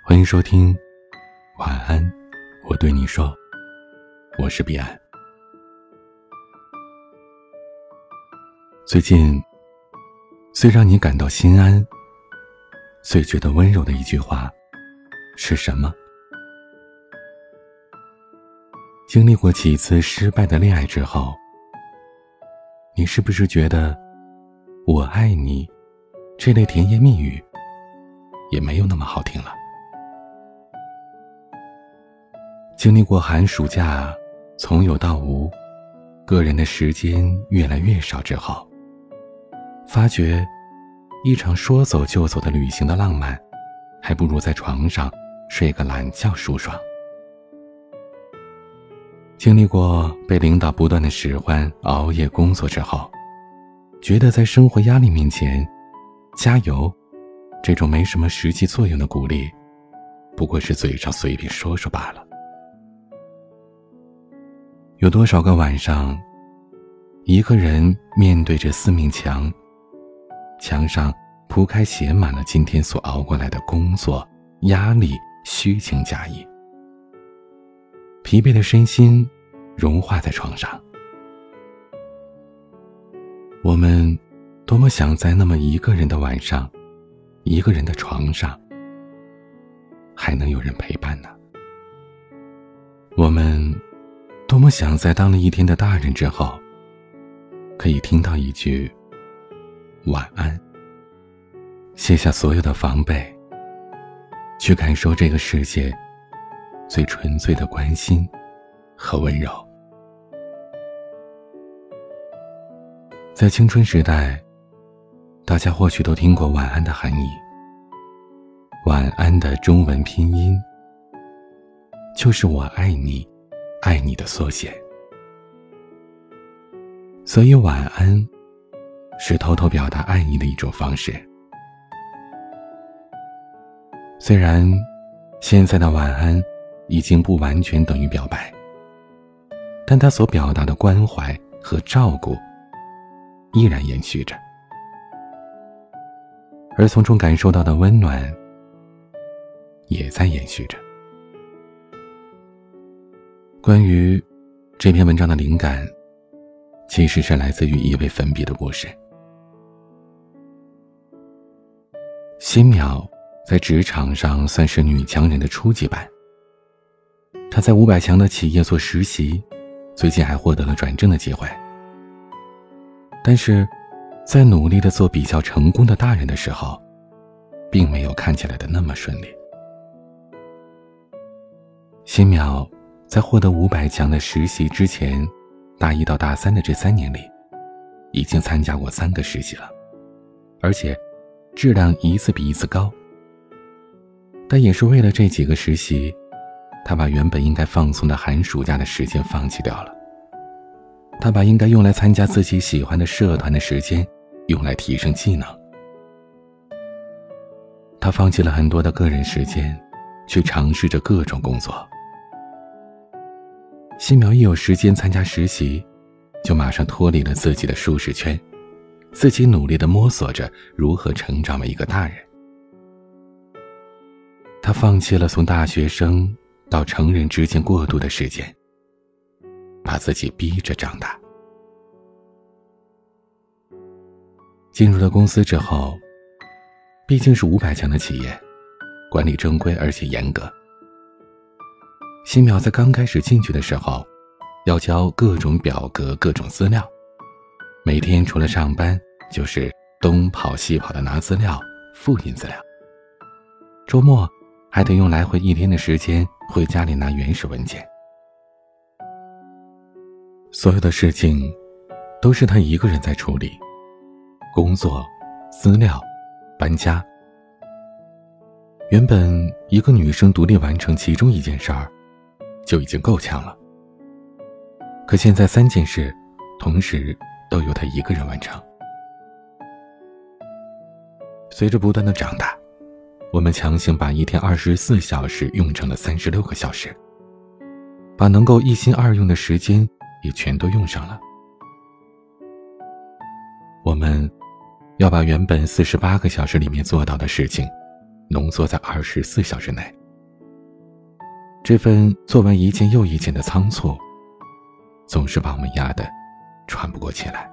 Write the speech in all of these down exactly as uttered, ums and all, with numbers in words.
欢迎收听晚安，我对你说，我是彼岸。最近最让你感到心安，最觉得温柔的一句话是什么？经历过几次失败的恋爱之后，你是不是觉得我爱你这类甜言蜜语也没有那么好听了？经历过寒暑假从有到无，个人的时间越来越少之后，发觉一场说走就走的旅行的浪漫，还不如在床上睡个懒觉舒爽。经历过被领导不断的使唤熬夜工作之后，觉得在生活压力面前，加油这种没什么实际作用的鼓励，不过是嘴上随便说说罢了。有多少个晚上，一个人面对着四面墙，墙上铺开写满了今天所熬过来的工作、压力、虚情假意，疲惫的身心融化在床上。我们多么想在那么一个人的晚上，一个人的床上，还能有人陪伴呢？我们多么想在当了一天的大人之后，可以听到一句晚安，卸下所有的防备，去感受这个世界最纯粹的关心和温柔。在青春时代，大家或许都听过晚安的含义。晚安的中文拼音就是我爱你爱你的缩写，所以晚安是偷偷表达爱意的一种方式。虽然现在的晚安已经不完全等于表白，但它所表达的关怀和照顾依然延续着，而从中感受到的温暖也在延续着。关于这篇文章的灵感，其实是来自于一位粉笔的故事。新淼在职场上算是女强人的初级版，她在五百强的企业做实习，最近还获得了转正的机会。但是在努力地做比较成功的大人的时候，并没有看起来的那么顺利。新淼在获得五百强的实习之前，大一到大三的这三年里，已经参加过三个实习了，而且质量一次比一次高。但也是为了这几个实习，他把原本应该放松的寒暑假的时间放弃掉了。他把应该用来参加自己喜欢的社团的时间，用来提升技能。他放弃了很多的个人时间，去尝试着各种工作。新淼一有时间参加实习，就马上脱离了自己的舒适圈，自己努力地摸索着如何成长为一个大人。他放弃了从大学生到成人之间过渡的时间，把自己逼着长大。进入了公司之后，毕竟是五百强的企业，管理正规而且严格。新淼在刚开始进去的时候，要交各种表格各种资料，每天除了上班就是东跑西跑的拿资料复印资料，周末还得用来回一天的时间回家里拿原始文件。所有的事情都是他一个人在处理，工作、资料、搬家。原本一个女生独立完成其中一件事儿就已经够呛了，可现在三件事同时都由他一个人完成。随着不断的长大，我们强行把一天二十四小时用成了三十六个小时，把能够一心二用的时间也全都用上了。我们要把原本四十八个小时里面做到的事情浓缩在二十四小时内。 这份做完一件又一件的仓促，总是把我们压得喘不过气来。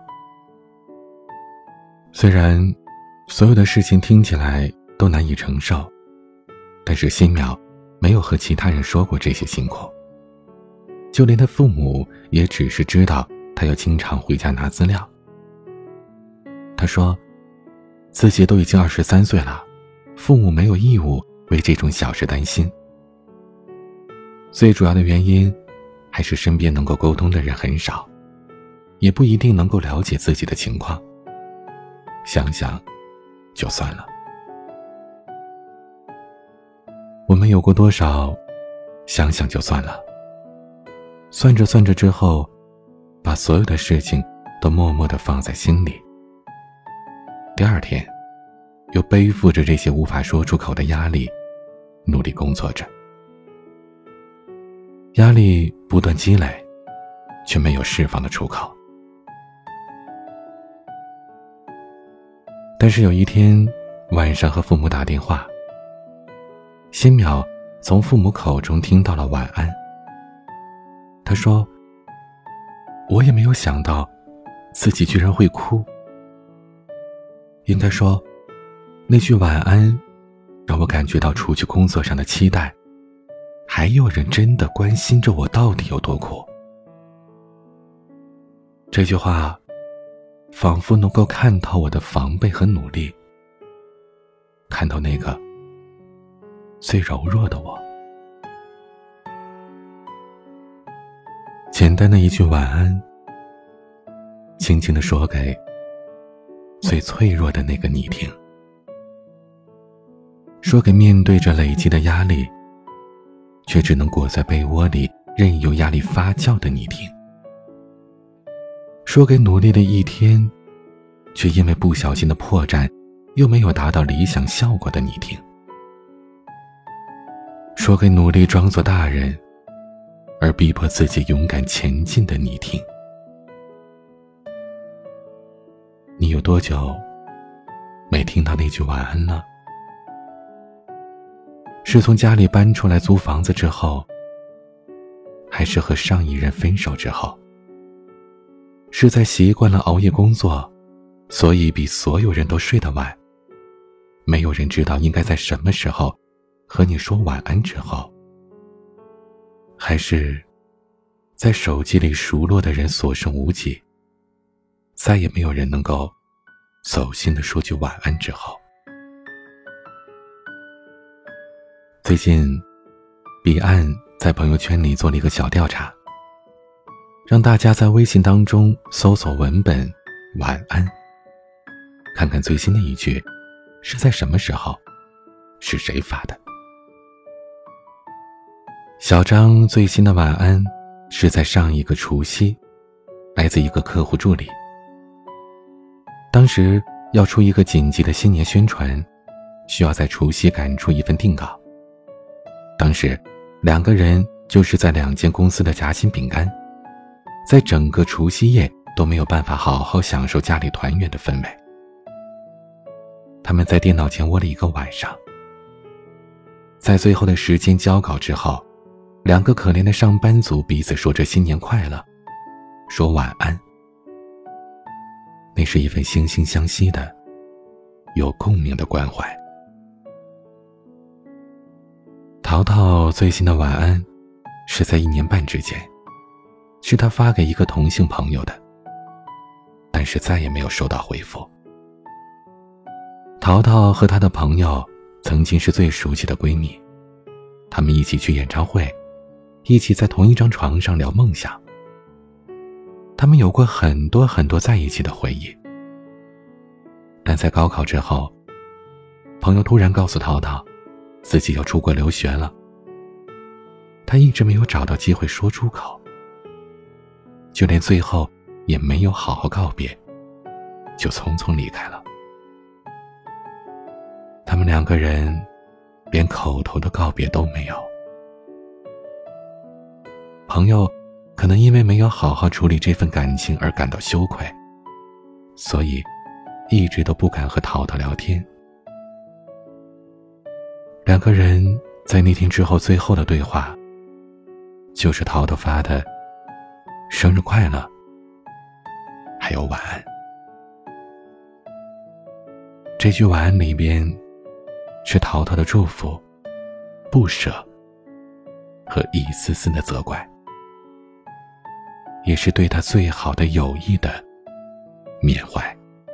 虽然所有的事情听起来都难以承受，但是新淼没有和其他人说过这些辛苦，就连他父母也只是知道他要经常回家拿资料。他说自己都已经二十三岁了，父母没有义务为这种小事担心。最主要的原因还是身边能够沟通的人很少，也不一定能够了解自己的情况，想想就算了。我们有过多少想想就算了，算着算着之后，把所有的事情都默默地放在心里，第二天又背负着这些无法说出口的压力努力工作着。压力不断积累，却没有释放的出口。但是有一天晚上和父母打电话，新淼从父母口中听到了晚安。他说，我也没有想到自己居然会哭。应该说，那句晚安让我感觉到除去工作上的期待，还有人真的关心着我到底有多苦。这句话仿佛能够看透我的防备和努力，看到那个最柔弱的我。简单的一句晚安，轻轻地说给最脆弱的那个你听，说给面对着累积的压力却只能裹在被窝里任由压力发酵的你听，说给努力的一天却因为不小心的破绽又没有达到理想效果的你听，说给努力装作大人而逼迫自己勇敢前进的你听。你有多久没听到那句晚安了？是从家里搬出来租房子之后，还是和上一任分手之后？是在习惯了熬夜工作，所以比所有人都睡得晚，没有人知道应该在什么时候和你说晚安之后？还是在手机里熟络的人所剩无几，再也没有人能够走心地说句晚安之后？最近彼岸在朋友圈里做了一个小调查，让大家在微信当中搜索文本晚安，看看最新的一句是在什么时候，是谁发的。小张最新的晚安是在上一个除夕，来自一个客户助理。当时要出一个紧急的新年宣传，需要在除夕赶出一份定稿。当时两个人就是在两间公司的夹心饼干，在整个除夕夜都没有办法好好享受家里团圆的氛围。他们在电脑前窝了一个晚上，在最后的时间交稿之后，两个可怜的上班族彼此说着新年快乐，说晚安。那是一份惺惺相惜的有共鸣的关怀。淘淘最新的晚安是在一年半之前，是他发给一个同性朋友的，但是再也没有收到回复。淘淘和她的朋友曾经是最熟悉的闺蜜，她们一起去演唱会，一起在同一张床上聊梦想。他们有过很多很多在一起的回忆。但在高考之后，朋友突然告诉淘淘自己要出国留学了。他一直没有找到机会说出口，就连最后也没有好好告别，就匆匆离开了。他们两个人连口头的告别都没有。朋友可能因为没有好好处理这份感情而感到羞愧，所以一直都不敢和淘淘聊天。两个人在那天之后最后的对话就是淘淘发的生日快乐，还有晚安。这句晚安里边是淘淘的祝福、不舍和一丝丝的责怪，也是对他最好的友谊的缅怀。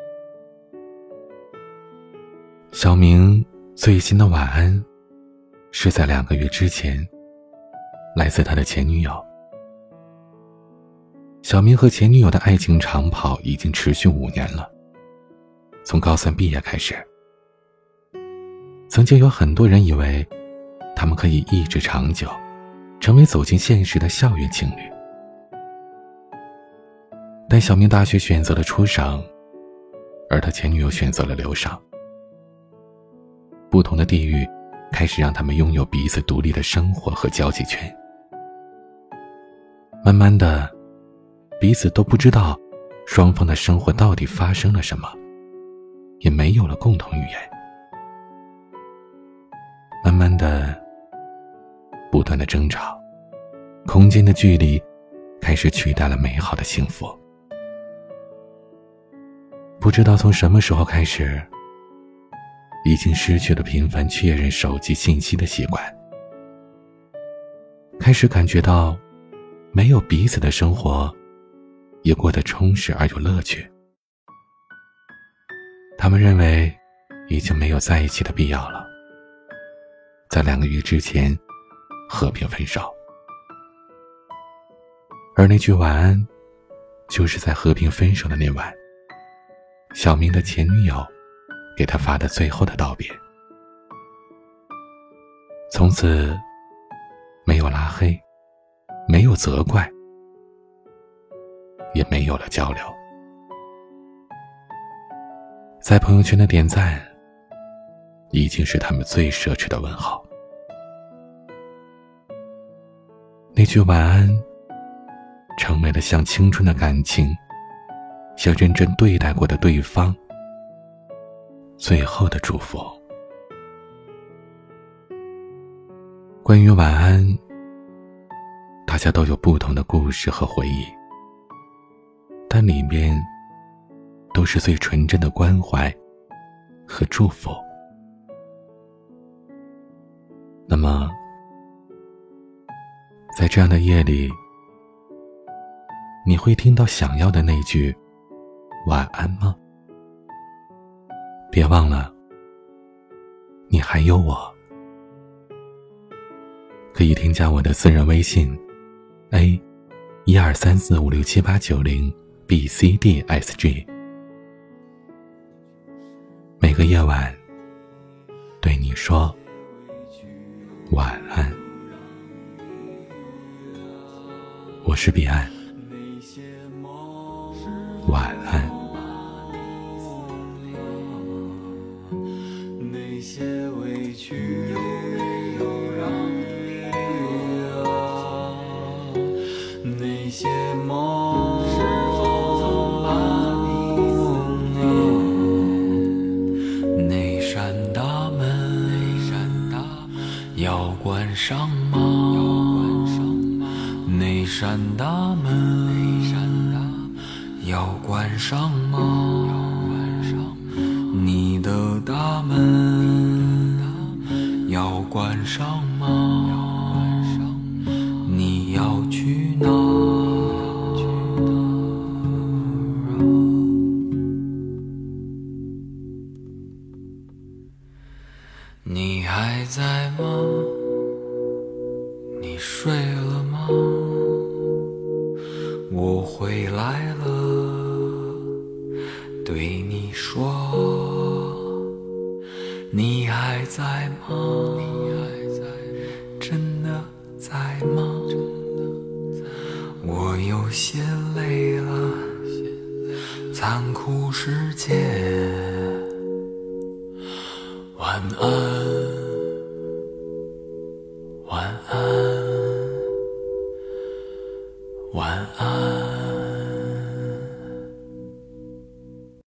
小明最新的晚安是在两个月之前，来自他的前女友。小明和前女友的爱情长跑已经持续五年了，从高三毕业开始。曾经有很多人以为他们可以一直长久，成为走进现实的校园情侣。但小明大学选择了出省，而他前女友选择了留省。不同的地域开始让他们拥有彼此独立的生活和交际圈。慢慢的，彼此都不知道双方的生活到底发生了什么，也没有了共同语言。慢慢的，不断的争吵，空间的距离开始取代了美好的幸福。不知道从什么时候开始，已经失去了频繁确认手机信息的习惯，开始感觉到没有彼此的生活也过得充实而有乐趣。他们认为已经没有在一起的必要了，在两个月之前和平分手。而那句晚安，就是在和平分手的那晚，小明的前女友给他发的最后的道别。从此没有拉黑，没有责怪，也没有了交流。在朋友圈的点赞已经是他们最奢侈的问候。那句晚安成为了向青春的感情，向认真对待过的对方最后的祝福。关于晚安，大家都有不同的故事和回忆，但里面都是最纯真的关怀和祝福。那么在这样的夜里，你会听到想要的那句晚安吗？别忘了，你还有我。可以添加我的私人微信 A 一二三四五六七八九零 B C D S G， 每个夜晚对你说晚安。我是彼岸，晚安。 那些委屈那些梦是否曾把你思念？那扇大门要关上吗？那扇大门要关上吗？你的大门要关上吗？你要去哪？你还在吗？你睡了吗？我回来了，对你说，你还在吗？真的在吗？我有些